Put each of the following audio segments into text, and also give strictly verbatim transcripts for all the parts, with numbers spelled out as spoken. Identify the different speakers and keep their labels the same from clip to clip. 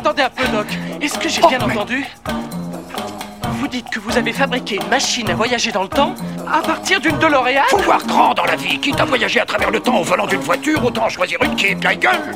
Speaker 1: attendez un peu, Doc. Est-ce que j'ai
Speaker 2: Oh,
Speaker 1: bien
Speaker 2: mais...
Speaker 1: entendu? Vous dites que vous avez fabriqué une machine à voyager dans le temps à partir d'une DeLorean?
Speaker 2: Faut voir grand dans la vie. Quitte à voyager à travers le temps au volant d'une voiture, autant en choisir une qui est bien gueule.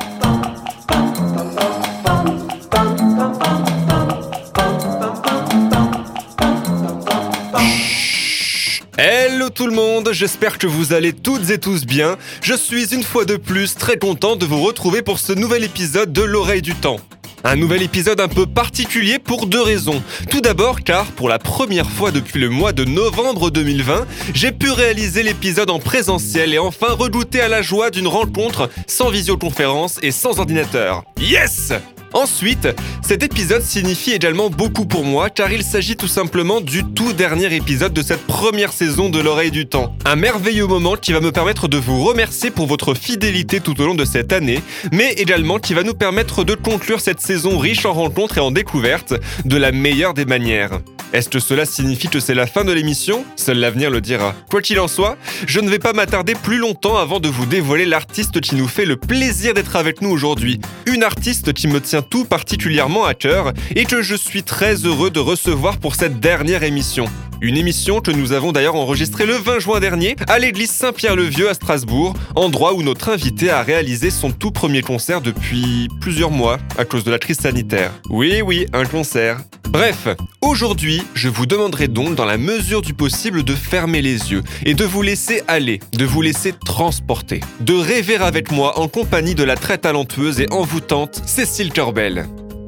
Speaker 3: Hello tout le monde, j'espère que vous allez toutes et tous bien. Je suis une fois de plus très content de vous retrouver pour ce nouvel épisode de l'Oreille du Temps. Un nouvel épisode un peu particulier pour deux raisons. Tout d'abord car pour la première fois depuis le mois de novembre deux mille vingt, j'ai pu réaliser l'épisode en présentiel et enfin regoûter à la joie d'une rencontre sans visioconférence et sans ordinateur. Yes! Ensuite, cet épisode signifie également beaucoup pour moi car il s'agit tout simplement du tout dernier épisode de cette première saison de l'Oreille du Temps. Un merveilleux moment qui va me permettre de vous remercier pour votre fidélité tout au long de cette année, mais également qui va nous permettre de conclure cette saison riche en rencontres et en découvertes de la meilleure des manières. Est-ce que cela signifie que c'est la fin de l'émission? Seul l'avenir le dira. Quoi qu'il en soit, je ne vais pas m'attarder plus longtemps avant de vous dévoiler l'artiste qui nous fait le plaisir d'être avec nous aujourd'hui. Une artiste qui me tient tout particulièrement à cœur et que je suis très heureux de recevoir pour cette dernière émission. Une émission que nous avons d'ailleurs enregistrée le vingt juin dernier à l'église Saint-Pierre-le-Vieux à Strasbourg, endroit où notre invité a réalisé son tout premier concert depuis plusieurs mois à cause de la crise sanitaire. Oui, oui, un concert. Bref, aujourd'hui, je vous demanderai donc dans la mesure du possible de fermer les yeux et de vous laisser aller, de vous laisser transporter, de rêver avec moi en compagnie de la très talentueuse et envoûtante Cécile Corbel.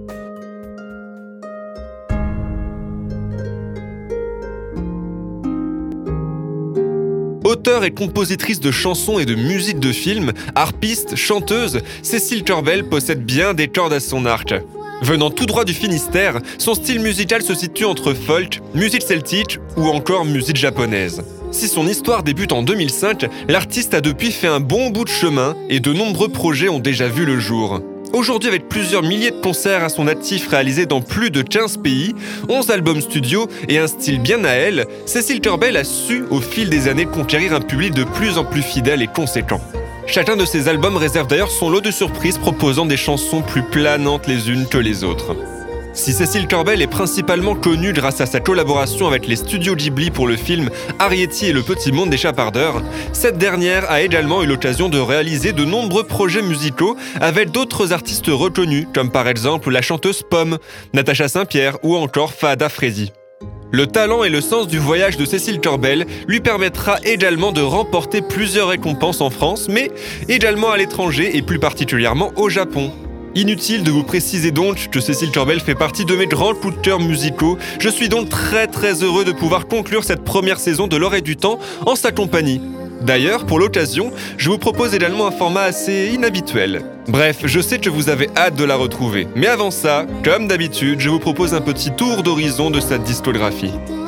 Speaker 3: Auteure et compositrice de chansons et de musique de films, harpiste, chanteuse, Cécile Corbel possède bien des cordes à son arc. Venant tout droit du Finistère, son style musical se situe entre folk, musique celtique ou encore musique japonaise. Si son histoire débute en deux mille cinq, l'artiste a depuis fait un bon bout de chemin et de nombreux projets ont déjà vu le jour. Aujourd'hui, avec plusieurs milliers de concerts à son actif réalisés dans plus de quinze pays, onze albums studio et un style bien à elle, Cécile Corbel a su, au fil des années, conquérir un public de plus en plus fidèle et conséquent. Chacun de ses albums réserve d'ailleurs son lot de surprises proposant des chansons plus planantes les unes que les autres. Si Cécile Corbel est principalement connue grâce à sa collaboration avec les studios Ghibli pour le film Arrietty et le petit monde des chapardeurs, cette dernière a également eu l'occasion de réaliser de nombreux projets musicaux avec d'autres artistes reconnus, comme par exemple la chanteuse Pomme, Natacha Saint-Pierre ou encore Fahada Freddy. Le talent et le sens du voyage de Cécile Corbel lui permettra également de remporter plusieurs récompenses en France, mais également à l'étranger et plus particulièrement au Japon. Inutile de vous préciser donc que Cécile Corbel fait partie de mes grands coups de cœur musicaux. Je suis donc très très heureux de pouvoir conclure cette première saison de l'Oreille du Temps en sa compagnie. D'ailleurs, pour l'occasion, je vous propose également un format assez inhabituel. Bref, je sais que vous avez hâte de la retrouver. Mais avant ça, comme d'habitude, je vous propose un petit tour d'horizon de sa discographie.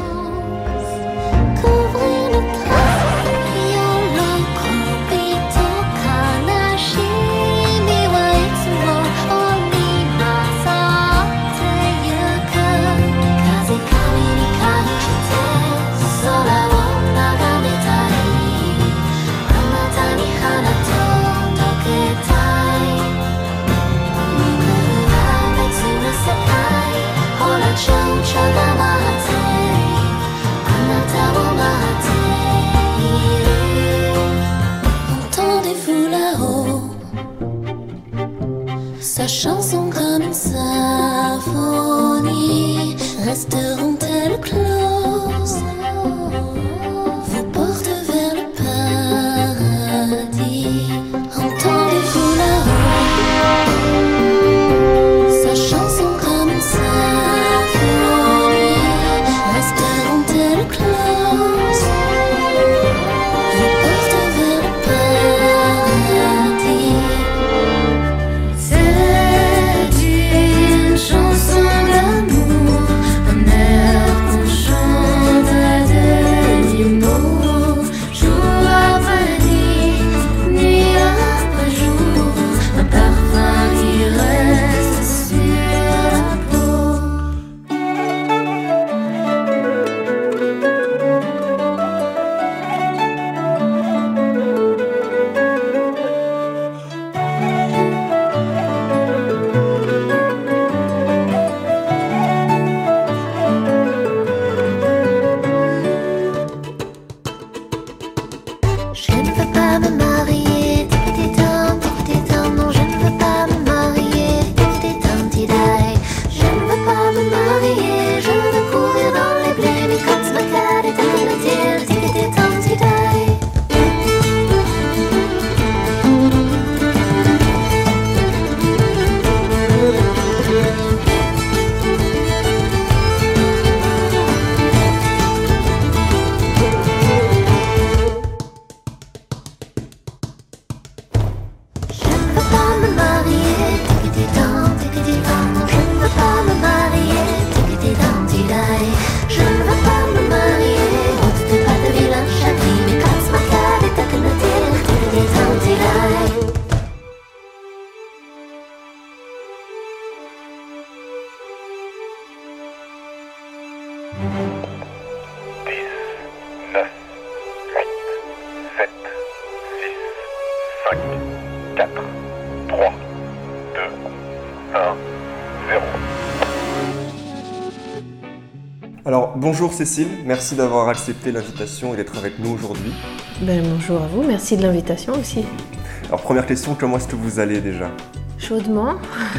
Speaker 4: Sa chanson comme une symphonie, resteront-elles closes? Vous porte vers le paradis. Entendez-vous là-haut? Sa chanson comme une symphonie, resteront-elles closes? Vous porte vers le paradis. C'est une chanson d'amour, un veux pas me marier. Tiki-tam, tiki-tam, non, je ne veux pas me marier. Tiki-tam, tidai. Je ne veux pas me marier. Je veux courir dans les blés. Mais quand ma carte est à me dire, tiki-tam, tidai.
Speaker 5: Alors, bonjour Cécile, merci d'avoir accepté l'invitation et d'être avec nous aujourd'hui.
Speaker 6: Ben, bonjour à vous, merci de l'invitation aussi.
Speaker 5: Alors, première question, comment est-ce que vous allez déjà ?
Speaker 6: Chaudement.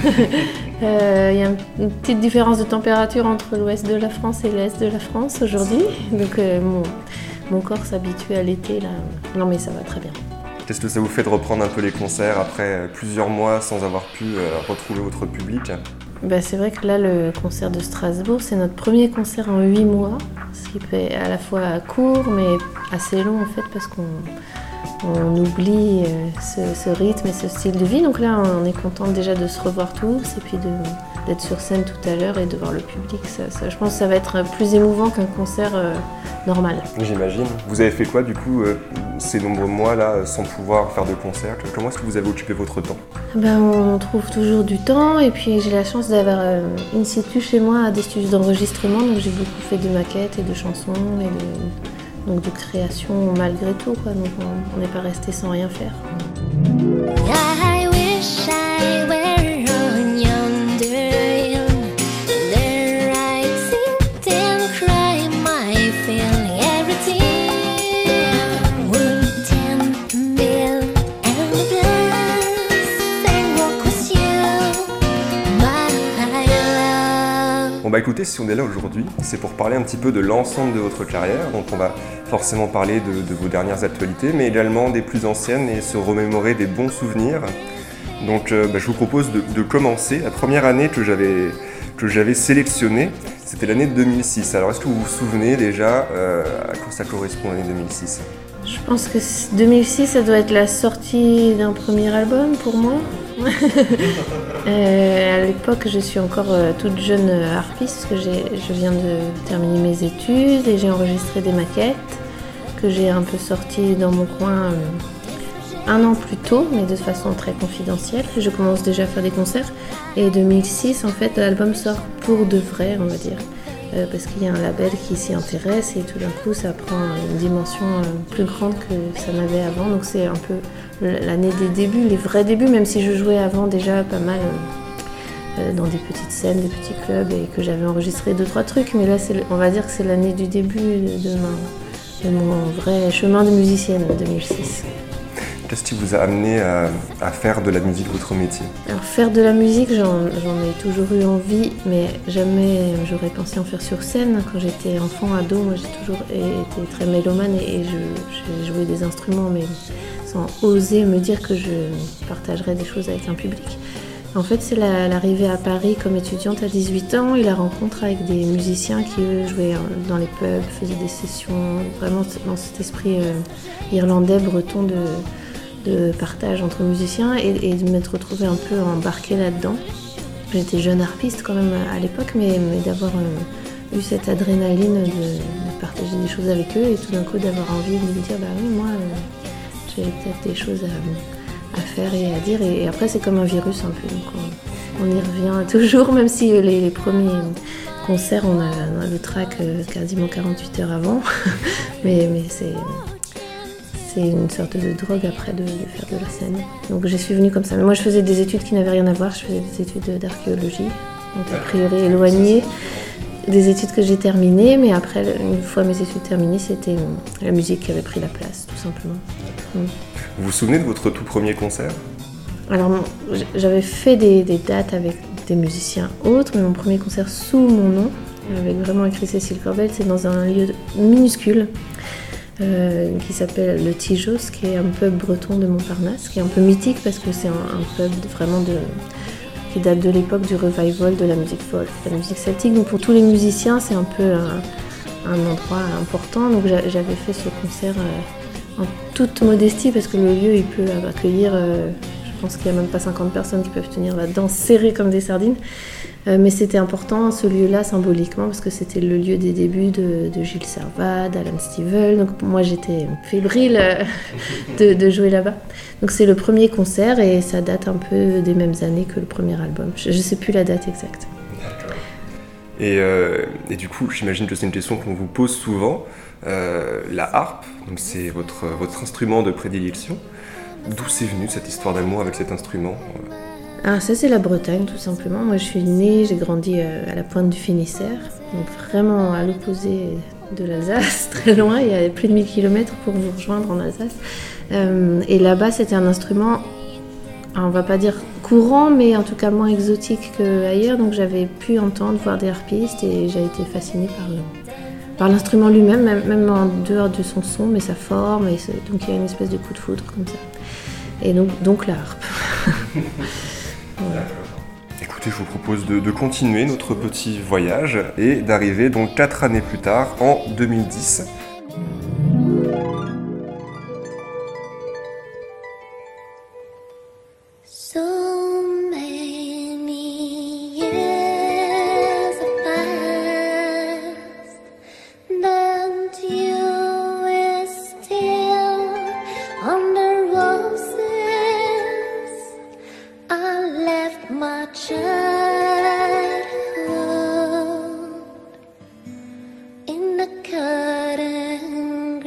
Speaker 6: euh, il y a une petite différence de température entre l'ouest de la France et l'est de la France aujourd'hui. Donc, euh, mon, mon corps s'habitue à l'été là. Non, mais ça va très bien.
Speaker 5: Qu'est-ce que ça vous fait de reprendre un peu les concerts après plusieurs mois sans avoir pu euh, retrouver votre public ?
Speaker 6: Ben, c'est vrai que là, le concert de Strasbourg, c'est notre premier concert en huit mois, ce qui peut être à la fois court, mais assez long en fait, parce qu'on on oublie ce, ce rythme et ce style de vie. Donc là, on est content déjà de se revoir tous, et puis de, d'être sur scène tout à l'heure et de voir le public. Ça, ça, je pense que ça va être plus émouvant qu'un concert euh, normal.
Speaker 5: J'imagine. Vous avez fait quoi du coup euh, ces nombreux mois là sans pouvoir faire de concert ? Comment est-ce que vous avez occupé votre temps ?
Speaker 6: Ben, on trouve toujours du temps, et puis j'ai la chance d'avoir euh, in situ chez moi des studios d'enregistrement, donc j'ai beaucoup fait de maquettes et de chansons et de, donc de création malgré tout, quoi. Donc on n'est pas resté sans rien faire.
Speaker 4: I wish I were on yonder hill, there I'd sit and cry my fill. Every tear would tempt me, and the blessing walk with you, my love.
Speaker 5: Bon bah écoutez, si on est là aujourd'hui, c'est pour parler un petit peu de l'ensemble de votre carrière, donc on va forcément parler de, de vos dernières actualités, mais également des plus anciennes et se remémorer des bons souvenirs. Donc euh, bah, je vous propose de, de commencer. La première année que j'avais, que j'avais sélectionnée, c'était l'année deux mille six. Alors est-ce que vous vous souvenez déjà euh, à quoi ça correspond l'année deux mille six ?
Speaker 6: Je pense que deux mille six, ça doit être la sortie d'un premier album pour moi. euh, à l'époque, je suis encore euh, toute jeune harpiste, parce que j'ai, je viens de terminer mes études et j'ai enregistré des maquettes que j'ai un peu sorties dans mon coin euh, un an plus tôt, mais de façon très confidentielle. Je commence déjà à faire des concerts, et deux mille six, en fait, l'album sort pour de vrai, on va dire. Euh, parce qu'il y a un label qui s'y intéresse, et tout d'un coup ça prend une dimension euh, plus grande que ça n'avait avant. Donc c'est un peu l'année des débuts, les vrais débuts, même si je jouais avant déjà pas mal euh, euh, dans des petites scènes, des petits clubs, et que j'avais enregistré deux trois trucs. Mais là, c'est, on va dire que c'est l'année du début de, de, ma, de mon vrai chemin de musicienne, deux mille six.
Speaker 5: Qu'est-ce qui vous a amené à, à faire de la musique votre métier ?
Speaker 6: Alors faire de la musique, j'en, j'en ai toujours eu envie, mais jamais j'aurais pensé en faire sur scène. Quand j'étais enfant, ado, moi j'ai toujours été très mélomane, et, et je, j'ai joué des instruments, mais sans oser me dire que je partagerais des choses avec un public. En fait, c'est la, l'arrivée à Paris comme étudiante à dix-huit ans et la rencontre avec des musiciens qui, eux, jouaient dans les pubs, faisaient des sessions, vraiment dans cet esprit euh, irlandais, breton de... de partage entre musiciens, et, et de m'être retrouvée un peu embarquée là-dedans. J'étais jeune harpiste quand même à l'époque, mais, mais d'avoir euh, eu cette adrénaline de, de partager des choses avec eux, et tout d'un coup d'avoir envie de me dire bah oui, moi euh, j'ai peut-être des choses à, à faire et à dire, et, et après c'est comme un virus un peu, donc on, on y revient toujours, même si les, les premiers concerts on a, on a le track euh, quasiment quarante-huit heures avant, mais, mais c'est C'est une sorte de drogue après de, de faire de la scène. Donc je suis venue comme ça. Mais moi je faisais des études qui n'avaient rien à voir. Je faisais des études d'archéologie, donc a priori éloignées. des études que j'ai terminées, mais après, une fois mes études terminées, c'était la musique qui avait pris la place, tout simplement. Mm.
Speaker 5: Vous vous souvenez de votre tout premier concert ?
Speaker 6: Alors, j'avais fait des, des dates avec des musiciens autres, mais mon premier concert sous mon nom, avec vraiment écrit Cécile Corbel, c'est dans un lieu minuscule euh, qui s'appelle le Tijos, qui est un pub breton de Montparnasse, qui est un peu mythique parce que c'est un, un pub de, vraiment de, qui date de l'époque du revival de la musique folk, de la musique celtique. Donc pour tous les musiciens, c'est un peu un, un endroit important. Donc j'avais fait ce concert euh, en toute modestie parce que le lieu il peut accueillir... Euh, Je pense qu'il n'y a même pas cinquante personnes qui peuvent tenir là-dedans, serrées comme des sardines. Euh, mais c'était important, ce lieu-là, symboliquement, parce que c'était le lieu des débuts de, de Gilles Servat, d'Alan Stivell. Donc moi, j'étais fébrile de, de jouer là-bas. Donc c'est le premier concert et ça date un peu des mêmes années que le premier album. Je ne sais plus la date exacte.
Speaker 5: D'accord. Et, euh, et du coup, j'imagine que c'est une question qu'on vous pose souvent. Euh, la harpe, donc c'est votre, votre instrument de prédilection. D'où c'est venu cette histoire d'amour avec cet instrument ?
Speaker 6: Ah, ça c'est la Bretagne tout simplement. Moi je suis née, j'ai grandi à la pointe du Finistère, donc vraiment à l'opposé de l'Alsace, très loin, il y a plus de mille kilomètres pour vous rejoindre en Alsace. Euh, et là-bas c'était un instrument, on va pas dire courant, mais en tout cas moins exotique qu'ailleurs, donc j'avais pu entendre, voir des harpistes et j'ai été fascinée par le... par l'instrument lui-même, même, même en dehors de son son, mais sa forme, et donc il y a une espèce de coup de foudre comme ça. Et donc, donc la harpe. Voilà.
Speaker 5: Écoutez, je vous propose de, de continuer notre petit voyage et d'arriver donc quatre années plus tard, en deux mille dix.
Speaker 4: So many years have passed, and you were still on the roses. I left my childhood in the cotton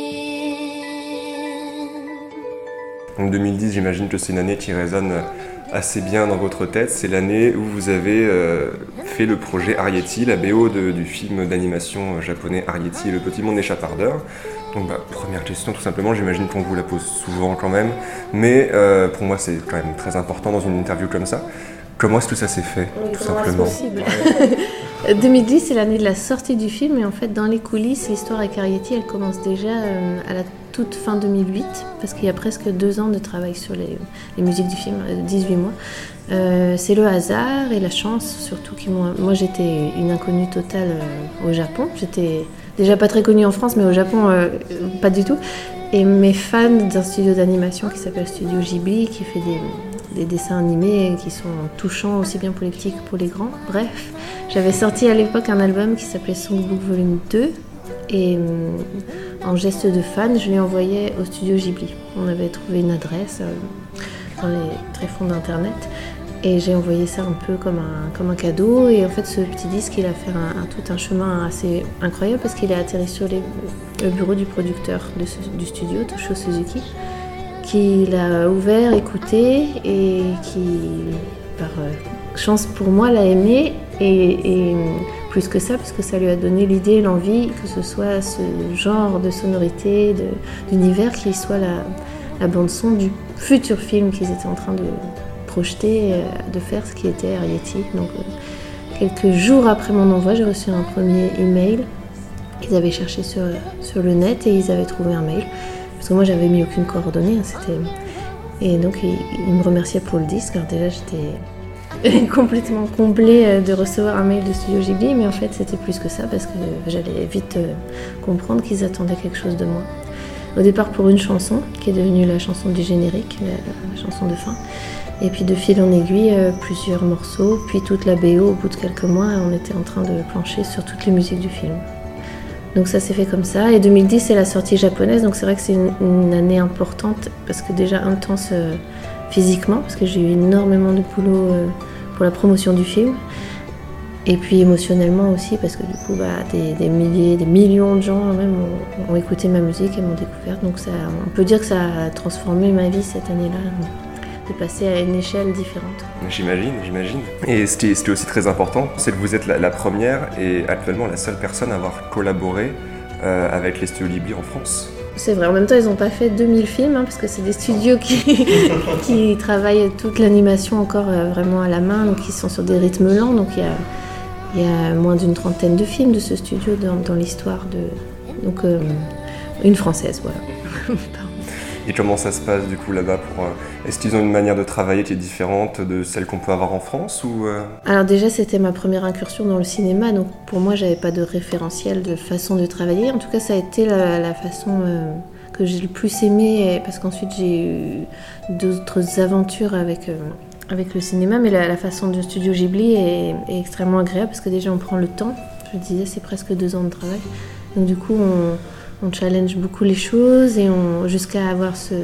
Speaker 4: green.
Speaker 5: En deux mille dix, j'imagine que c'est une année qui résonne assez bien dans votre tête. C'est l'année où vous avez euh, fait le projet Arrietty, la B O de, du film d'animation japonais Arrietty et le petit monde des chapardeurs. Donc bah, première question tout simplement, j'imagine qu'on vous la pose souvent quand même, mais euh, pour moi c'est quand même très important dans une interview comme ça. Comment est-ce que ça s'est fait,
Speaker 6: Oui,
Speaker 5: tout
Speaker 6: comment
Speaker 5: simplement?
Speaker 6: est-ce possible deux mille dix, c'est l'année de la sortie du film, et en fait, dans les coulisses, l'histoire avec Arrietty, elle commence déjà euh, à la toute fin deux mille huit, parce qu'il y a presque deux ans de travail sur les, les musiques du film, dix-huit mois. Euh, c'est le hasard et la chance, surtout qui m'ont... Moi, j'étais une inconnue totale euh, au Japon. J'étais déjà pas très connue en France, mais au Japon, euh, pas du tout. Et mes fans d'un studio d'animation qui s'appelle Studio Ghibli, qui fait des... des dessins animés qui sont touchants aussi bien pour les petits que pour les grands. Bref, j'avais sorti à l'époque un album qui s'appelait Songbook Volume deux, et euh, en geste de fan, je l'ai envoyé au studio Ghibli. On avait trouvé une adresse euh, dans les tréfonds d'internet, et j'ai envoyé ça un peu comme un, comme un cadeau. Et en fait, ce petit disque, il a fait un, un, tout un chemin assez incroyable, parce qu'il est atterri sur les, le bureau du producteur de ce, du studio, Toshio Suzuki, qui l'a ouvert, écouté, et qui, par chance pour moi, l'a aimé, et, et plus que ça, parce que ça lui a donné l'idée, l'envie que ce soit ce genre de sonorité, de, d'univers qui soit la, la bande-son du futur film qu'ils étaient en train de projeter, de faire, ce qui était Arrietty. Donc, quelques jours après mon envoi, j'ai reçu un premier email. Ils avaient cherché sur, sur le net et ils avaient trouvé un mail. Parce que moi, j'avais mis aucune coordonnée. Hein, c'était... Et donc, ils, ils me remerciaient pour le disque. Alors déjà, j'étais complètement comblée de recevoir un mail de Studio Ghibli. Mais en fait, c'était plus que ça, parce que j'allais vite comprendre qu'ils attendaient quelque chose de moi. Au départ, pour une chanson, qui est devenue la chanson du générique, la, la chanson de fin. Et puis, de fil en aiguille, plusieurs morceaux. Puis toute la B O, au bout de quelques mois, on était en train de plancher sur toutes les musiques du film. Donc ça s'est fait comme ça. Et deux mille dix, c'est la sortie japonaise, donc c'est vrai que c'est une, une année importante, parce que déjà intense euh, physiquement, parce que j'ai eu énormément de boulot euh, pour la promotion du film. Et puis émotionnellement aussi, parce que du coup, bah, des, des milliers, des millions de gens même ont, ont écouté ma musique et m'ont découverte. Donc ça, on peut dire que ça a transformé ma vie cette année-là. de passer à une échelle différente.
Speaker 5: J'imagine, j'imagine. Et ce qui est, ce qui est aussi très important, c'est que vous êtes la, la première et actuellement la seule personne à avoir collaboré euh, avec les studios Ghibli en France.
Speaker 6: C'est vrai, en même temps ils n'ont pas fait deux mille films, hein, parce que c'est des studios qui, qui travaillent toute l'animation encore euh, vraiment à la main, donc ils sont sur des rythmes lents, donc il y a, il y a moins d'une trentaine de films de ce studio dans, dans l'histoire de... Donc euh, une française, voilà.
Speaker 5: Et comment ça se passe du coup là-bas pour, euh, est-ce qu'ils ont une manière de travailler qui est différente de celle qu'on peut avoir en France ou euh...
Speaker 6: Alors déjà c'était ma première incursion dans le cinéma, donc pour moi j'avais pas de référentiel de façon de travailler. En tout cas ça a été la, la façon euh, que j'ai le plus aimée, parce qu'ensuite j'ai eu d'autres aventures avec, euh, avec le cinéma, mais la, la façon du studio Ghibli est, est extrêmement agréable parce que déjà on prend le temps. Je disais c'est presque deux ans de travail, donc du coup on On challenge beaucoup les choses et on, jusqu'à avoir ce,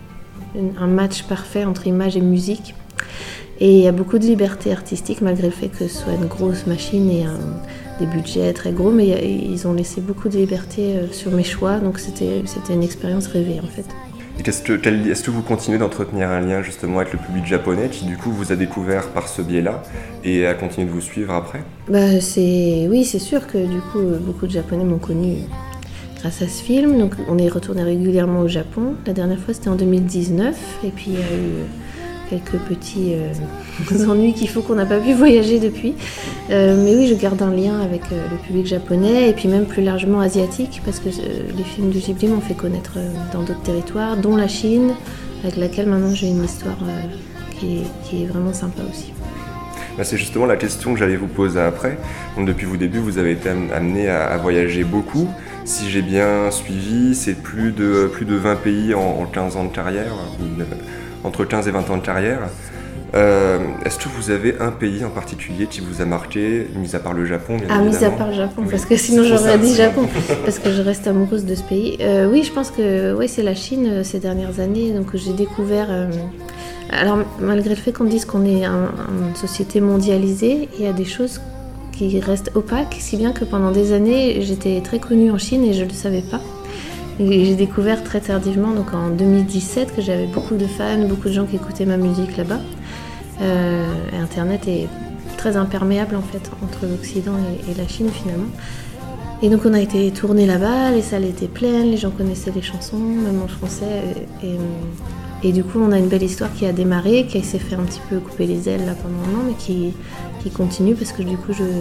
Speaker 6: un match parfait entre image et musique. Et il y a beaucoup de liberté artistique malgré le fait que ce soit une grosse machine et un, des budgets très gros, mais ils ont laissé beaucoup de liberté sur mes choix, donc c'était, c'était une expérience rêvée en fait.
Speaker 5: Et qu'est-ce que, quel, est-ce que vous continuez d'entretenir un lien justement avec le public japonais qui du coup vous a découvert par ce biais-là et a continué de vous suivre après ?
Speaker 6: Bah, c'est, oui, c'est sûr que du coup beaucoup de Japonais m'ont connu grâce à ce film, donc on est retourné régulièrement au Japon. La dernière fois c'était en deux mille dix-neuf, et puis il y a eu quelques petits euh, ennuis qui font qu'on n'a pas pu voyager depuis. Euh, mais oui, je garde un lien avec euh, le public japonais, et puis même plus largement asiatique, parce que euh, les films de Ghibli m'ont fait connaître euh, dans d'autres territoires, dont la Chine, avec laquelle maintenant j'ai une histoire euh, qui, est, qui est vraiment sympa aussi.
Speaker 5: Ben c'est justement la question que j'allais vous poser après. Donc depuis vos débuts, vous avez été amené à, à voyager beaucoup. Si j'ai bien suivi, c'est plus de, plus de vingt pays en, en quinze ans de carrière, ou entre quinze et vingt ans de carrière. Euh, est-ce que vous avez un pays en particulier qui vous a marqué, mis à part le Japon, bien
Speaker 6: ah,
Speaker 5: évidemment ?
Speaker 6: mis à part le Japon,
Speaker 5: oui.
Speaker 6: Parce que sinon j'aurais
Speaker 5: ça,
Speaker 6: dit Japon, parce que je reste amoureuse de ce pays. Euh, oui, je pense que ouais, c'est la Chine euh, ces dernières années, donc j'ai découvert... Euh, alors malgré le fait qu'on dise qu'on est un, une société mondialisée, il y a des choses qui restent opaques, si bien que pendant des années j'étais très connue en Chine et je ne le savais pas. Et j'ai découvert très tardivement, donc en deux mille dix-sept, que j'avais beaucoup de fans, beaucoup de gens qui écoutaient ma musique là-bas. Euh, et Internet est très imperméable en fait entre l'Occident et, et la Chine finalement. Et donc on a été tourné là-bas, les salles étaient pleines, les gens connaissaient les chansons, même en français. Et, et, et du coup on a une belle histoire qui a démarré, qui s'est fait un petit peu couper les ailes là pendant un an, mais qui, qui continue parce que du coup je...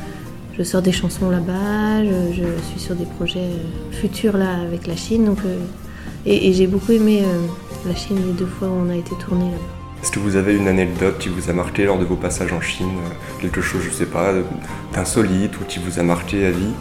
Speaker 6: Je sors des chansons là-bas, je, je suis sur des projets futurs là avec la Chine, donc, euh, et, et j'ai beaucoup aimé euh, la Chine les deux fois où on a été tourné là-bas.
Speaker 5: Est-ce que vous avez une anecdote qui vous a marqué lors de vos passages en Chine ? Quelque chose, je sais pas, d'insolite ou qui vous a marqué à vie ?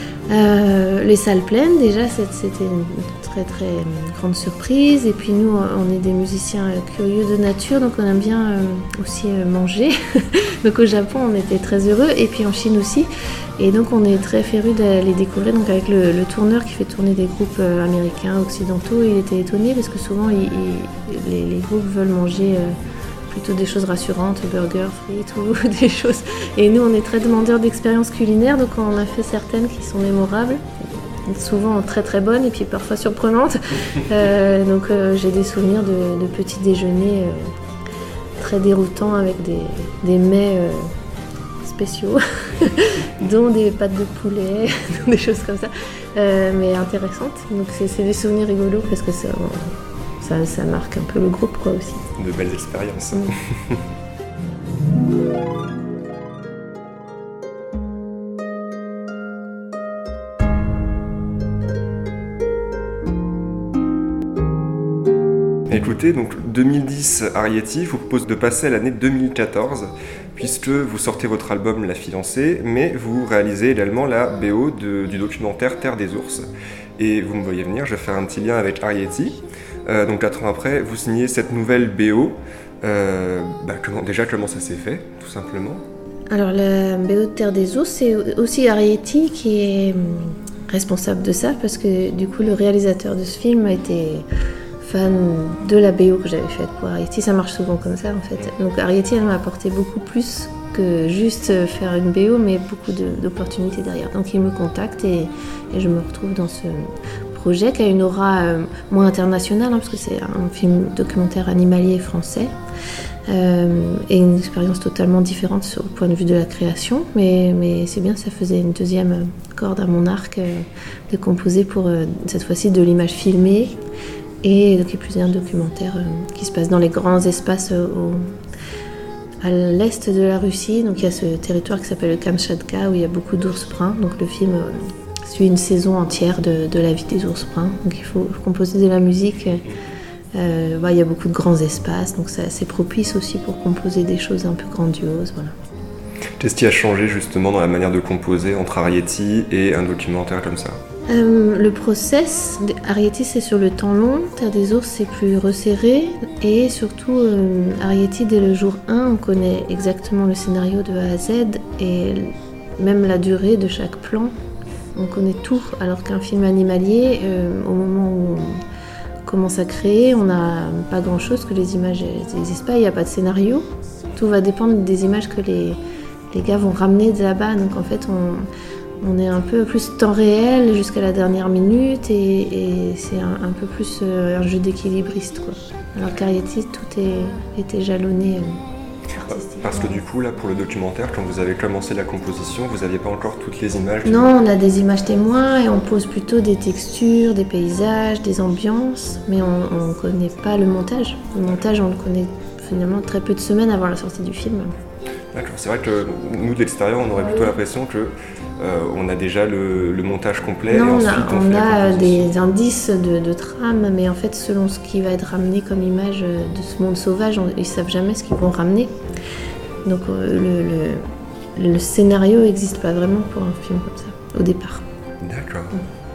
Speaker 6: Euh, les salles pleines, déjà, c'était une très très grande surprise. Et puis nous, on est des musiciens curieux de nature, donc on aime bien euh, aussi euh, manger. Donc au Japon, on était très heureux, et puis en Chine aussi. Et donc on est très férus d'aller découvrir. Donc avec le, le tourneur qui fait tourner des groupes euh, américains, occidentaux, il était étonné parce que souvent il, il, les, les groupes veulent manger euh, plutôt des choses rassurantes, burgers, frites ou des choses. Et nous, on est très demandeurs d'expériences culinaires, donc on a fait certaines qui sont mémorables, souvent très très bonnes et puis parfois surprenantes. Euh, donc euh, j'ai des souvenirs de, de petits déjeuners euh, très déroutants avec des, des mets euh, spéciaux, dont des pâtes de poulet, des choses comme ça, euh, mais intéressantes. Donc c'est, c'est des souvenirs rigolos parce que ça, ça, ça marque un peu le groupe quoi aussi.
Speaker 5: De belles expériences.
Speaker 6: Mmh.
Speaker 5: Écoutez, donc deux mille dix, Arrietty vous propose de passer à l'année deux mille quatorze, puisque vous sortez votre album La Fiancée, mais vous réalisez également la B O de, du documentaire Terre des ours. Et vous me voyez venir, je vais faire un petit lien avec Arrietty. Euh, donc quatre ans après, vous signez cette nouvelle B O. Euh, bah, comment, déjà, comment ça s'est fait, tout simplement ?
Speaker 6: Alors la B O de Terre des ours, c'est aussi Arrietty qui est responsable de ça, parce que du coup le réalisateur de ce film a été fan de la B O que j'avais faite pour Arrietty. Ça marche souvent comme ça en fait. Donc Arrietty, elle m'a apporté beaucoup plus que juste faire une B O, mais beaucoup de, d'opportunités derrière. Donc il me contacte et, et je me retrouve dans ce projet qui a une aura euh, moins internationale, hein, parce que c'est un film documentaire animalier français, euh, et une expérience totalement différente sur le point de vue de la création, mais, mais c'est bien, ça faisait une deuxième corde à mon arc euh, de composer pour euh, cette fois-ci de l'image filmée, et qui est plus un documentaire euh, qui se passe dans les grands espaces euh, au, à l'est de la Russie. Donc il y a ce territoire qui s'appelle le Kamchatka où il y a beaucoup d'ours bruns. Donc le film euh, suit une saison entière de, de la vie des ours bruns. Donc il faut composer de la musique. Euh, bah, il y a beaucoup de grands espaces, donc c'est assez propice aussi pour composer des choses un peu grandioses. Voilà.
Speaker 5: Qu'est-ce qui a changé justement dans la manière de composer entre Arrietty et un documentaire comme ça ?
Speaker 6: Euh, le process, Arrietty c'est sur le temps long, Terre des ours c'est plus resserré, et surtout euh, Arrietty dès le jour un on connaît exactement le scénario de A à Z et même la durée de chaque plan, on connaît tout, alors qu'un film animalier, euh, au moment où on commence à créer, on n'a pas grand chose, que les images n'existent pas, il n'y a pas de scénario, tout va dépendre des images que les, les gars vont ramener de là-bas, donc en fait on... On est un peu plus temps réel jusqu'à la dernière minute et, et c'est un, un peu plus euh, un jeu d'équilibriste, quoi. Alors qu'Arrietty, tout est, était jalonné euh, artistiquement.
Speaker 5: Parce que du coup, là, pour le documentaire, quand vous avez commencé la composition, vous n'aviez pas encore toutes les images?
Speaker 6: Non, on a des images témoins et on pose plutôt des textures, des paysages, des ambiances, mais on ne connaît pas le montage. Le montage, on le connaît finalement très peu de semaines avant la sortie du film.
Speaker 5: D'accord, c'est vrai que nous, de l'extérieur, on aurait plutôt l'impression que Euh, on a déjà le, le montage complet.
Speaker 6: Non,
Speaker 5: et ensuite
Speaker 6: on a,
Speaker 5: on,
Speaker 6: on
Speaker 5: fait
Speaker 6: a
Speaker 5: la
Speaker 6: des indices de, de trame, mais en fait, selon ce qui va être ramené comme image de ce monde sauvage, on, ils ne savent jamais ce qu'ils vont ramener. Donc euh, le, le, le scénario n'existe pas vraiment pour un film comme ça, au départ.
Speaker 5: D'accord.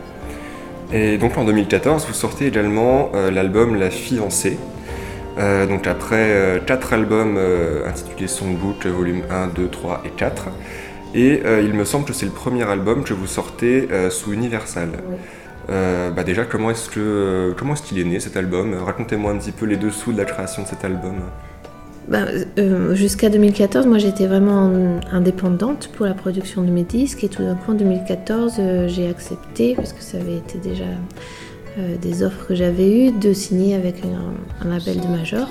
Speaker 5: Mm. Et donc en deux mille quatorze, vous sortez également euh, l'album La Fiancée. Euh, donc après euh, quatre albums euh, intitulés Songbook, volume un, deux, trois et quatre. Et euh, il me semble que c'est le premier album que vous sortez euh, sous Universal. Oui. Euh, bah déjà, comment est-ce, que, euh, comment est-ce qu'il est né cet album ? Racontez-moi un petit peu les dessous de la création de cet album.
Speaker 6: Bah, euh, jusqu'à deux mille quatorze, moi j'étais vraiment indépendante pour la production de mes disques. Et tout d'un coup, en deux mille quatorze, euh, j'ai accepté, parce que ça avait été déjà euh, des offres que j'avais eues, de signer avec un, un label de major.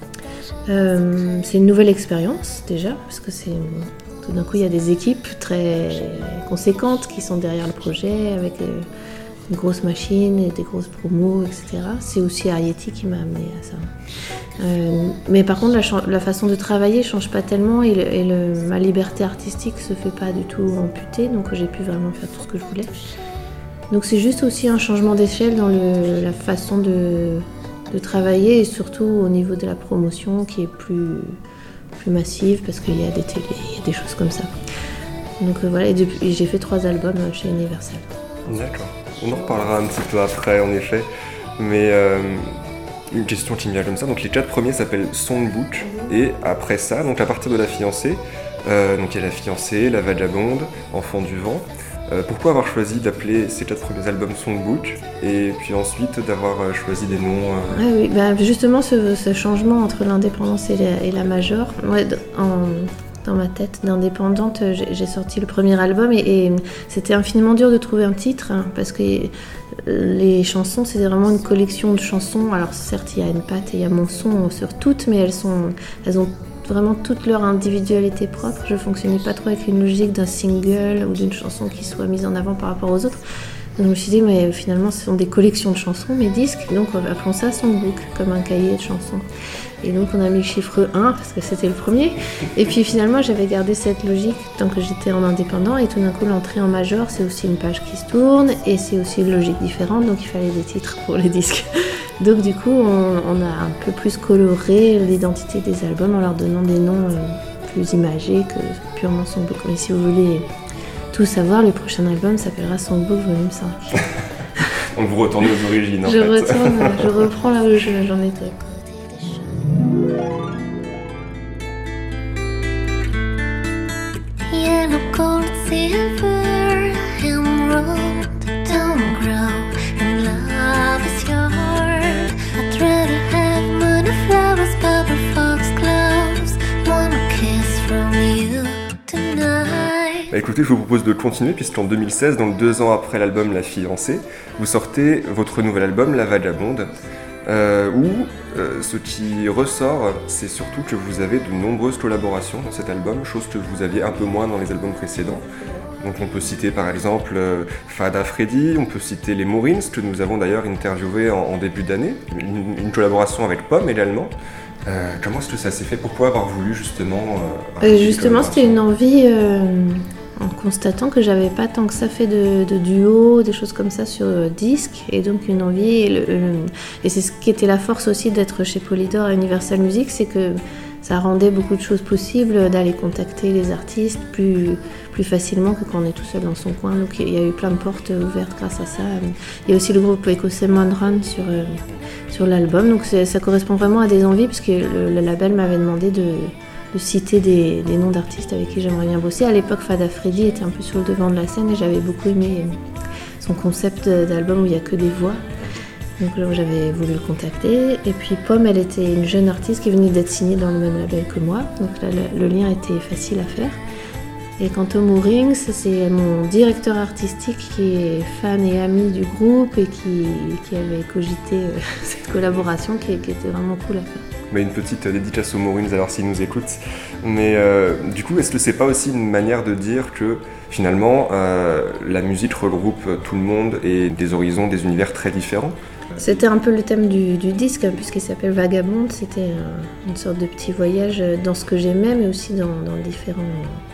Speaker 6: Euh, c'est une nouvelle expérience déjà, parce que c'est... Tout d'un coup, il y a des équipes très conséquentes qui sont derrière le projet, avec une grosse machine et des grosses promos, et cetera. C'est aussi Arrietty qui m'a amené à ça. Euh, mais par contre, la, la façon de travailler ne change pas tellement et, le, et le, ma liberté artistique ne se fait pas du tout amputer, donc j'ai pu vraiment faire tout ce que je voulais. Donc c'est juste aussi un changement d'échelle dans le, la façon de, de travailler et surtout au niveau de la promotion qui est plus... plus massive parce qu'il y a des télés, il y a des choses comme ça. Donc euh, voilà, et, depuis, et j'ai fait trois albums chez Universal.
Speaker 5: D'accord. On en reparlera un petit peu après, en effet. Mais euh, une question qui me vient comme ça. Donc les quatre premiers s'appellent Songbook. Mm-hmm. Et après ça, donc à partir de La Fiancée, euh, donc il y a La Fiancée, La Vagabonde, Enfant du Vent. Euh, pourquoi avoir choisi d'appeler ces quatre premiers albums Songbook et puis ensuite d'avoir euh, choisi des noms euh...
Speaker 6: ah oui, bah justement ce, ce changement entre l'indépendance et la, et la major, ouais, en, dans ma tête d'indépendante, j'ai, j'ai sorti le premier album et, et c'était infiniment dur de trouver un titre hein, parce que les chansons, c'est vraiment une collection de chansons. Alors certes, il y a une patte et il y a mon son sur toutes, mais elles, sont, elles ont vraiment toute leur individualité propre. Je fonctionnais pas trop avec une logique d'un single ou d'une chanson qui soit mise en avant par rapport aux autres. Donc je me suis dit, mais finalement, ce sont des collections de chansons, mes disques, donc appelons ça Songbook, comme un cahier de chansons. Et donc on a mis le chiffre un, parce que c'était le premier. Et puis finalement, j'avais gardé cette logique tant que j'étais en indépendant, et tout d'un coup, l'entrée en major, c'est aussi une page qui se tourne, et c'est aussi une logique différente, donc il fallait des titres pour les disques. Donc du coup, on, on a un peu plus coloré l'identité des albums en leur donnant des noms euh, plus imagés que purement Songbook. Mais si vous voulez tout savoir, le prochain album s'appellera Songbook volume cinq.
Speaker 5: Donc vous retournez aux origines en
Speaker 6: je
Speaker 5: fait.
Speaker 6: Retourne, je reprends là où je, j'en étais.
Speaker 4: Yellow gold, silver, emerald, don't grow, and love is yours. I'd rather have money, flowers, purple foxgloves, one kiss from you tonight.
Speaker 5: Et écoutez, je vous propose de continuer, puisqu'en deux mille seize, donc deux ans après l'album La Fiancée, vous sortez votre nouvel album La Vagabonde, euh, où euh, ce qui ressort, c'est surtout que vous avez de nombreuses collaborations dans cet album, chose que vous aviez un peu moins dans les albums précédents. Donc on peut citer par exemple euh, Fada Freddy, on peut citer les Moorings, que nous avons d'ailleurs interviewé en, en début d'année, une, une collaboration avec Pomme également. Euh, comment est-ce que ça s'est fait? Pourquoi avoir voulu justement... Euh,
Speaker 6: euh, justement c'était une envie, euh, en constatant que j'avais pas tant que ça fait de, de duos, des choses comme ça sur euh, disque, et donc une envie, et, le, le, et c'est ce qui était la force aussi d'être chez Polydor à Universal Music, c'est que ça rendait beaucoup de choses possibles, d'aller contacter les artistes plus, plus facilement que quand on est tout seul dans son coin. Donc il y a eu plein de portes ouvertes grâce à ça. Il y a aussi le groupe écossais Monrun sur, euh, sur l'album. Donc ça correspond vraiment à des envies, puisque le, le label m'avait demandé de, de citer des, des noms d'artistes avec qui j'aimerais bien bosser. À l'époque, Fada Freddy était un peu sur le devant de la scène et j'avais beaucoup aimé son concept d'album où il n'y a que des voix. Donc là, j'avais voulu le contacter. Et puis Pomme, elle était une jeune artiste qui venait d'être signée dans le même label que moi. Donc là, le, le lien était facile à faire. Et quant au Moorings, c'est mon directeur artistique qui est fan et ami du groupe et qui, qui avait cogité euh, cette collaboration qui, qui était vraiment cool à faire.
Speaker 5: Mais une petite dédicace aux Moorings alors s'ils nous écoutent. Mais euh, du coup, est-ce que c'est pas aussi une manière de dire que finalement euh, la musique regroupe tout le monde et des horizons, des univers très différents?
Speaker 6: C'était un peu le thème du, du disque, puisqu'il s'appelle Vagabonde. C'était un, une sorte de petit voyage dans ce que j'aimais, mais aussi dans, dans, différents,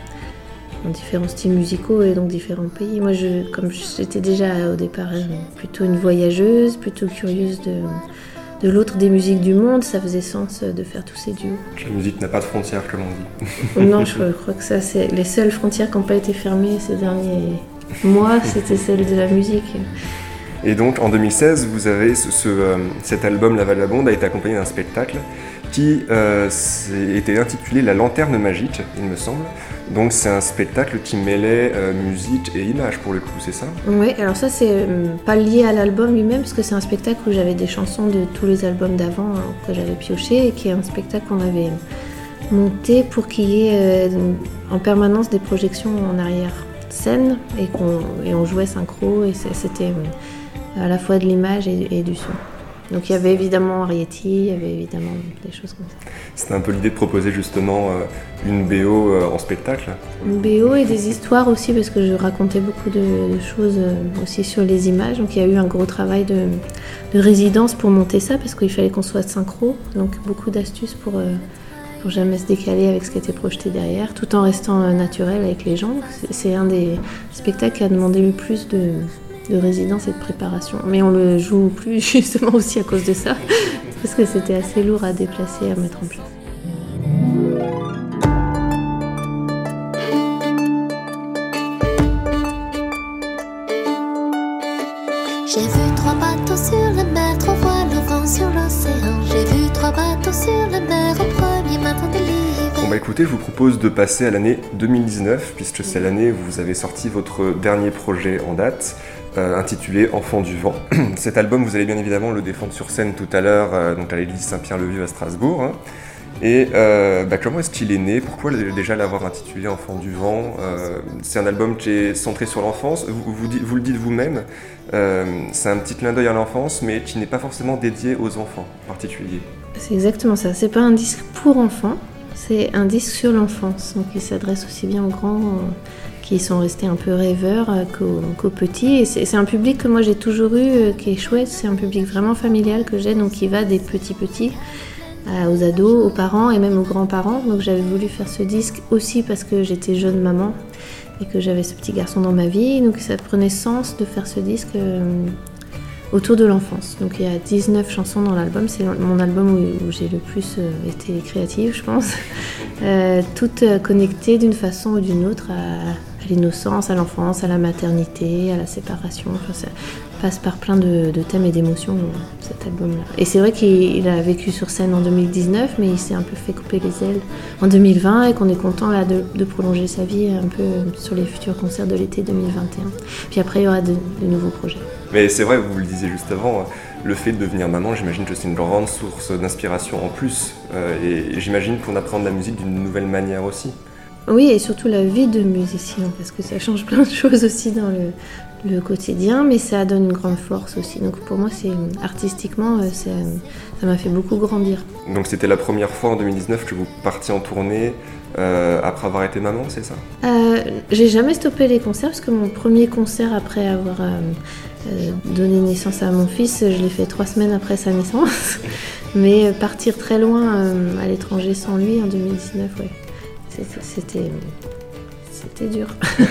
Speaker 6: dans différents styles musicaux et donc différents pays. Moi, je, comme j'étais déjà au départ plutôt une voyageuse, plutôt curieuse de, de l'autre des musiques du monde, ça faisait sens de faire tous ces duos.
Speaker 5: La musique n'a pas de frontières, comme on dit.
Speaker 6: Non, je crois que ça, c'est les seules frontières qui n'ont pas été fermées ces derniers mois, c'était celle de la musique.
Speaker 5: Et donc en deux mille seize, vous avez ce, ce, euh, cet album La Vagabonde a été accompagné d'un spectacle qui euh, était intitulé La Lanterne Magique, il me semble. Donc c'est un spectacle qui mêlait euh, musique et images pour le coup, c'est ça?
Speaker 6: Oui, alors ça c'est euh, pas lié à l'album lui-même, parce que c'est un spectacle où j'avais des chansons de tous les albums d'avant hein, que j'avais pioché, et qui est un spectacle qu'on avait monté pour qu'il y ait euh, en permanence des projections en arrière-scène, et, qu'on, et on jouait synchro, et c'était... Euh, à la fois de l'image et, et du son. Donc il y avait évidemment Arietti, il y avait évidemment des choses comme ça.
Speaker 5: C'était un peu l'idée de proposer justement euh, une B O euh, en spectacle.
Speaker 6: Une B O et des histoires aussi, parce que je racontais beaucoup de, de choses euh, aussi sur les images. Donc il y a eu un gros travail de, de résidence pour monter ça, parce qu'il fallait qu'on soit synchro. Donc beaucoup d'astuces pour, euh, pour jamais se décaler avec ce qui était projeté derrière, tout en restant euh, naturel avec les gens. C'est, c'est un des spectacles qui a demandé le plus de... de résidence et de préparation. Mais on le joue plus justement aussi à cause de ça, parce que c'était assez lourd à déplacer, à mettre en place.
Speaker 4: J'ai vu trois bateaux sur la mer, trois fois le vent sur l'océan. J'ai vu trois bateaux sur la mer au premier matin de l'hiver.
Speaker 5: Bon bah écoutez, je vous propose de passer à l'année deux mille dix-neuf, puisque c'est l'année où vous avez sorti votre dernier projet en date, Euh, intitulé Enfant du vent. Cet album, vous allez bien évidemment le défendre sur scène tout à l'heure, euh, donc à l'église Saint-Pierre-le-Vieux à Strasbourg. Hein. Et euh, bah, comment est-ce qu'il est né? Pourquoi déjà l'avoir intitulé Enfant du vent? euh, C'est un album qui est centré sur l'enfance, vous, vous, vous le dites vous-même, euh, c'est un petit clin d'œil à l'enfance, mais qui n'est pas forcément dédié aux enfants en particulier.
Speaker 6: C'est exactement ça, c'est pas un disque pour enfants, c'est un disque sur l'enfance, donc il s'adresse aussi bien aux grands euh, qui sont restés un peu rêveurs euh, qu'aux, qu'aux petits. Et c'est, c'est un public que moi j'ai toujours eu, euh, qui est chouette, c'est un public vraiment familial que j'ai, donc qui va des petits-petits euh, aux ados, aux parents et même aux grands-parents. Donc j'avais voulu faire ce disque aussi parce que j'étais jeune maman et que j'avais ce petit garçon dans ma vie, donc ça prenait sens de faire ce disque euh, autour de l'enfance. Donc il y a dix-neuf chansons dans l'album, c'est mon album où, où j'ai le plus euh, été créative, je pense, euh, toutes euh, connectées d'une façon ou d'une autre à, à l'innocence, à l'enfance, à la maternité, à la séparation. Enfin, ça passe par plein de, de thèmes et d'émotions, euh, cet album-là. Et c'est vrai qu'il a vécu sur scène en deux mille dix-neuf, mais il s'est un peu fait couper les ailes en deux mille vingt et qu'on est content là, de, de prolonger sa vie un peu sur les futurs concerts de l'été deux mille vingt et un. Puis après, il y aura de, de nouveaux projets.
Speaker 5: Mais c'est vrai, vous le disiez juste avant, le fait de devenir maman, j'imagine que c'est une grande source d'inspiration en plus. Euh, et j'imagine qu'on apprend de la musique d'une nouvelle manière aussi.
Speaker 6: Oui, et surtout la vie de musicien, parce que ça change plein de choses aussi dans le, le quotidien, mais ça donne une grande force aussi. Donc pour moi, c'est, artistiquement, c'est, ça m'a fait beaucoup grandir.
Speaker 5: Donc c'était la première fois en deux mille dix-neuf que vous partiez en tournée euh, après avoir été maman, c'est ça ?
Speaker 6: euh, J'ai jamais stoppé les concerts, parce que mon premier concert après avoir euh, euh, donné naissance à mon fils, je l'ai fait trois semaines après sa naissance. Mais partir très loin euh, à l'étranger sans lui en deux mille dix-neuf, ouais, c'était, c'était, c'était dur.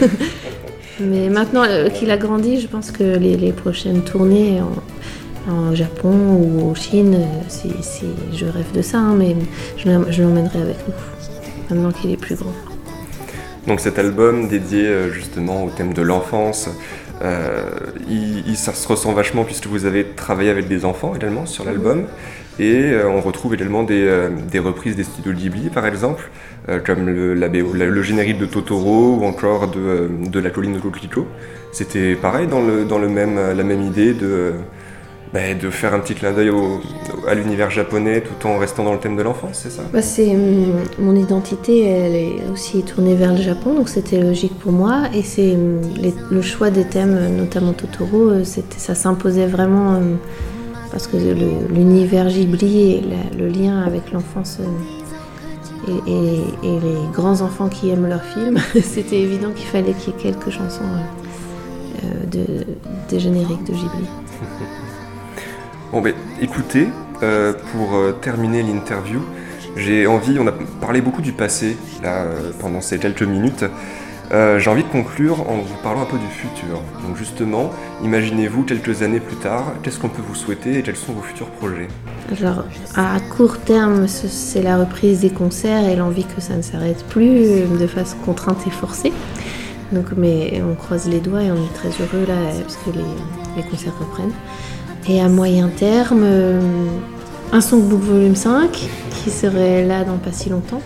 Speaker 6: Mais maintenant euh, qu'il a grandi, je pense que les, les prochaines tournées en, en Japon ou en Chine, si, si je rêve de ça, hein, mais je, je l'emmènerai avec nous, maintenant qu'il est plus grand.
Speaker 5: Donc cet album dédié euh, justement au thème de l'enfance, euh, il, il, ça se ressent vachement puisque vous avez travaillé avec des enfants également sur l'album. Et euh, on retrouve également des, euh, des reprises des studios Ghibli, par exemple, euh, comme le, la, la, le générique de Totoro ou encore de, euh, de La colline de Coquelicot. C'était pareil dans, le, dans le même, la même idée de, euh, bah, de faire un petit clin d'œil au, à l'univers japonais tout en restant dans le thème de l'enfance, c'est ça ?
Speaker 6: Bah c'est, mon identité, elle est aussi tournée vers le Japon, donc c'était logique pour moi. Et c'est les, le choix des thèmes, notamment Totoro, c'était, ça s'imposait vraiment... Euh, parce que le, l'univers Ghibli et la, le lien avec l'enfance euh, et, et, et les grands enfants qui aiment leurs films, c'était évident qu'il fallait qu'il y ait quelques chansons euh, de, des génériques de Ghibli.
Speaker 5: Bon ben écoutez, euh, pour euh, terminer l'interview, j'ai envie, on a parlé beaucoup du passé là, euh, pendant ces quelques minutes. Euh, j'ai envie de conclure en vous parlant un peu du futur. Donc justement, imaginez-vous quelques années plus tard, qu'est-ce qu'on peut vous souhaiter et quels sont vos futurs projets ?
Speaker 6: Alors, à court terme, c'est la reprise des concerts et l'envie que ça ne s'arrête plus de façon contrainte et forcée. Donc, mais on croise les doigts et on est très heureux là, parce que les, les concerts reprennent. Et à moyen terme, euh, un Songbook volume cinq qui serait là dans pas si longtemps.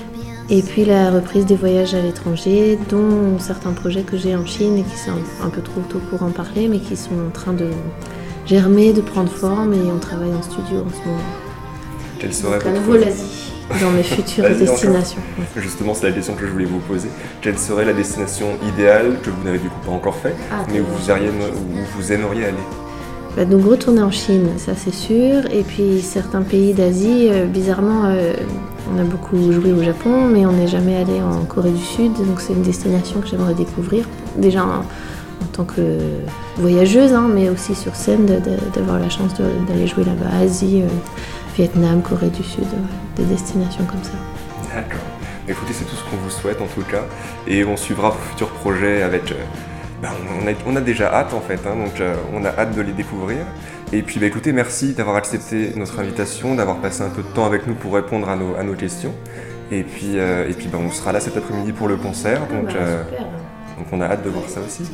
Speaker 6: Et puis la reprise des voyages à l'étranger, dont certains projets que j'ai en Chine et qui sont un peu trop tôt pour en parler, mais qui sont en train de germer, de prendre forme, et on travaille en studio en ce moment.
Speaker 5: Quelle serait
Speaker 6: Donc, à nouveau l'Asie, dans mes futures destinations.
Speaker 5: Encore. Justement, c'est la question que je voulais vous poser. Quelle serait la destination idéale, que vous n'avez du coup pas encore fait, ah, mais où vous, auriez, où vous aimeriez aller ?
Speaker 6: Bah, donc retourner en Chine, ça c'est sûr. Et puis certains pays d'Asie, euh, bizarrement, euh, on a beaucoup joué au Japon, mais on n'est jamais allé en Corée du Sud. Donc c'est une destination que j'aimerais découvrir. Déjà en, en tant que voyageuse, hein, mais aussi sur scène, de, de, d'avoir la chance de, d'aller jouer là-bas. Asie, euh, Vietnam, Corée du Sud, euh, des destinations comme ça.
Speaker 5: D'accord. Écoutez, c'est tout ce qu'on vous souhaite en tout cas. Et on suivra vos futurs projets avec... Euh, Ben, on, a, on a déjà hâte en fait, hein, donc euh, on a hâte de les découvrir. Et puis bah, écoutez, merci d'avoir accepté notre invitation, d'avoir passé un peu de temps avec nous pour répondre à nos, à nos questions. Et puis, euh, et puis bah, on sera là cet après-midi pour le concert, donc,
Speaker 6: bah,
Speaker 5: euh, donc on a hâte de voir ça aussi.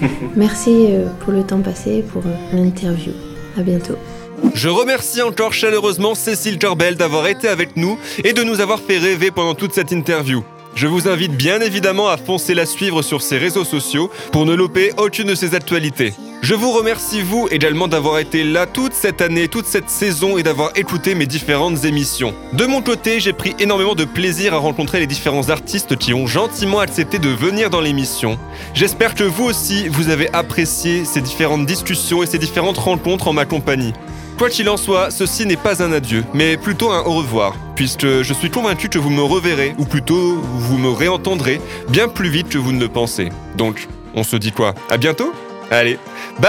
Speaker 6: Merci pour le temps passé et pour l'interview. À bientôt.
Speaker 3: Je remercie encore chaleureusement Cécile Corbel d'avoir été avec nous et de nous avoir fait rêver pendant toute cette interview. Je vous invite bien évidemment à foncer la suivre sur ses réseaux sociaux pour ne louper aucune de ses actualités. Je vous remercie vous également d'avoir été là toute cette année, toute cette saison et d'avoir écouté mes différentes émissions. De mon côté, j'ai pris énormément de plaisir à rencontrer les différents artistes qui ont gentiment accepté de venir dans l'émission. J'espère que vous aussi, vous avez apprécié ces différentes discussions et ces différentes rencontres en ma compagnie. Quoi qu'il en soit, ceci n'est pas un adieu, mais plutôt un au revoir, puisque je suis convaincu que vous me reverrez, ou plutôt vous me réentendrez, bien plus vite que vous ne le pensez. Donc, on se dit quoi ? À bientôt ? Allez, bye !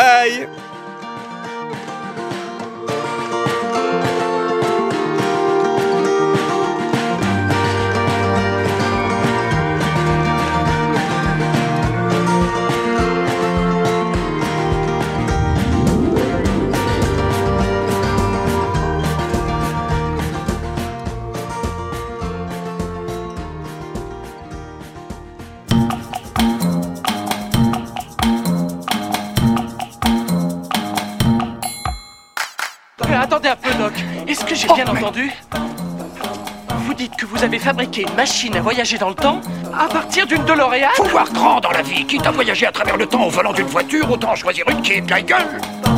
Speaker 1: Attendez un peu, Doc. Est-ce que j'ai bien oh, entendu ? Vous dites que vous avez fabriqué une machine à voyager dans le temps à partir d'une DeLorean ?
Speaker 2: Faut voir grand dans la vie. Quitte à voyager à travers le temps au volant d'une voiture, autant choisir une qui est de la gueule.